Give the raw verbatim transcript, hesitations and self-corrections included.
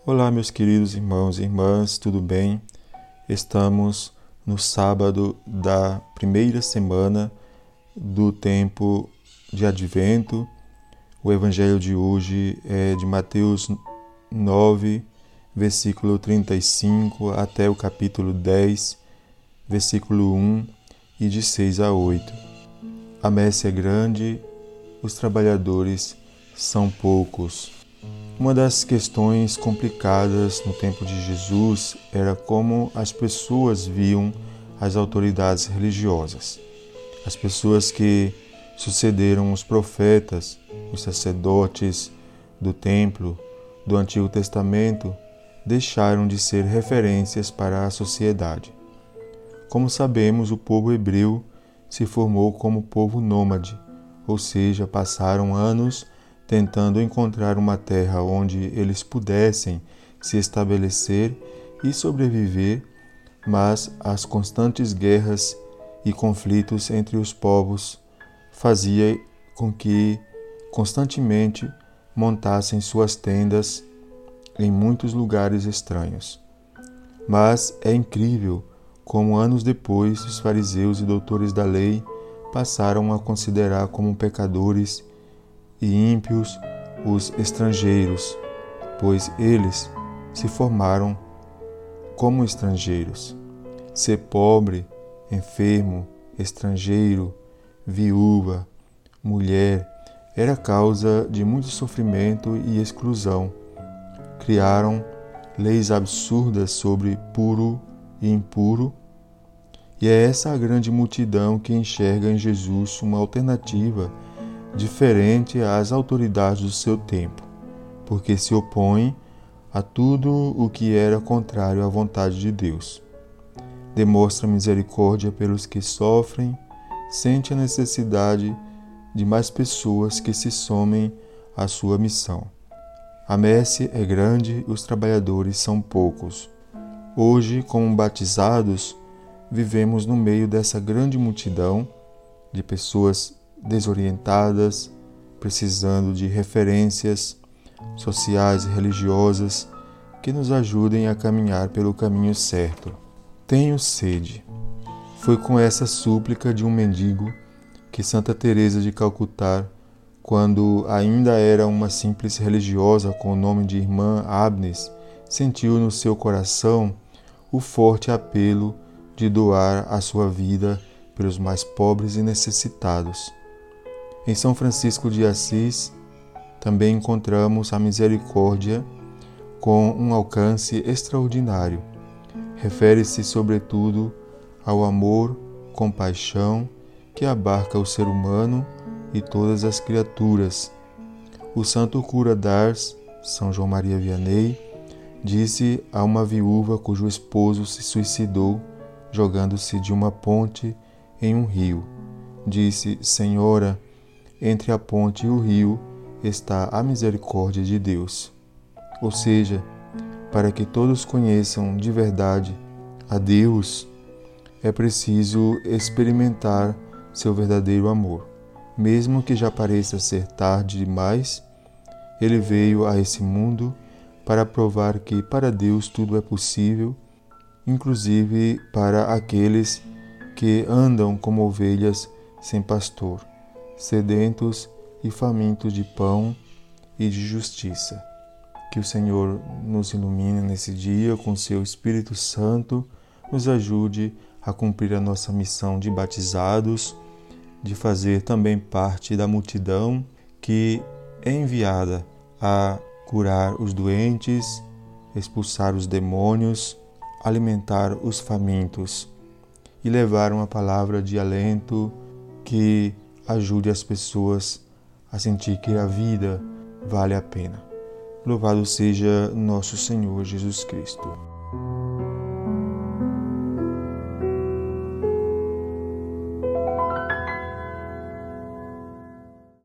Olá, meus queridos irmãos e irmãs, tudo bem? Estamos no sábado da primeira semana do tempo de Advento. O evangelho de hoje é de Mateus nove, versículo trinta e cinco, até o capítulo dez, versículo um, e de seis a oito. A messe é grande, os trabalhadores são poucos. Uma das questões complicadas no tempo de Jesus era como as pessoas viam as autoridades religiosas. As pessoas que sucederam os profetas, os sacerdotes do templo, do Antigo Testamento, deixaram de ser referências para a sociedade. Como sabemos, o povo hebreu se formou como povo nômade, ou seja, passaram anos tentando encontrar uma terra onde eles pudessem se estabelecer e sobreviver, mas as constantes guerras e conflitos entre os povos fazia com que constantemente montassem suas tendas em muitos lugares estranhos. Mas é incrível como anos depois os fariseus e doutores da lei passaram a considerar como pecadores e ímpios os estrangeiros, pois eles se formaram como estrangeiros. Ser pobre, enfermo, estrangeiro, viúva, mulher, era causa de muito sofrimento e exclusão. Criaram leis absurdas sobre puro e impuro, e é essa a grande multidão que enxerga em Jesus uma alternativa diferente às autoridades do seu tempo, porque se opõe a tudo o que era contrário à vontade de Deus. Demonstra misericórdia pelos que sofrem, sente a necessidade de mais pessoas que se somem à sua missão. A messe é grande, os trabalhadores são poucos. Hoje, como batizados, vivemos no meio dessa grande multidão de pessoas desorientadas, precisando de referências sociais e religiosas que nos ajudem a caminhar pelo caminho certo. Tenho sede. Foi com essa súplica de um mendigo que Santa Teresa de Calcutá, quando ainda era uma simples religiosa com o nome de Irmã Agnes, sentiu no seu coração o forte apelo de doar a sua vida pelos mais pobres e necessitados. Em São Francisco de Assis, também encontramos a misericórdia com um alcance extraordinário. Refere-se, sobretudo, ao amor, compaixão que abarca o ser humano e todas as criaturas. O santo cura d'Ars, São João Maria Vianney, disse a uma viúva cujo esposo se suicidou jogando-se de uma ponte em um rio. Disse: Senhora, entre a ponte e o rio está a misericórdia de Deus. Ou seja, para que todos conheçam de verdade a Deus, é preciso experimentar seu verdadeiro amor. Mesmo que já pareça ser tarde demais, ele veio a esse mundo para provar que para Deus tudo é possível, inclusive para aqueles que andam como ovelhas sem pastor, sedentos e famintos de pão e de justiça. Que o Senhor nos ilumine nesse dia com seu Espírito Santo, nos ajude a cumprir a nossa missão de batizados, de fazer também parte da multidão que é enviada a curar os doentes, expulsar os demônios, alimentar os famintos e levar uma palavra de alento que ajude as pessoas a sentir que a vida vale a pena. Louvado seja nosso Senhor Jesus Cristo.